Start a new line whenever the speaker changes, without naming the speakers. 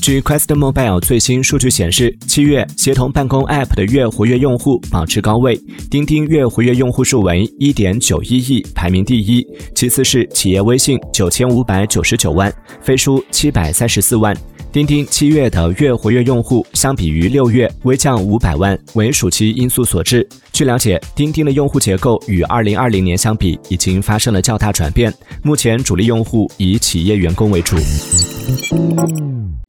据 QuestMobile 最新数据显示，7月协同办公 App 的月活跃用户保持高位，钉钉月活跃用户数为 1.91 亿，排名第一，其次是企业微信9599万，飞书734万。钉钉7月的月活跃用户相比于6月微降500万，为暑期因素所致。据了解，钉钉的用户结构与2020年相比已经发生了较大转变，目前主力用户以企业员工为主。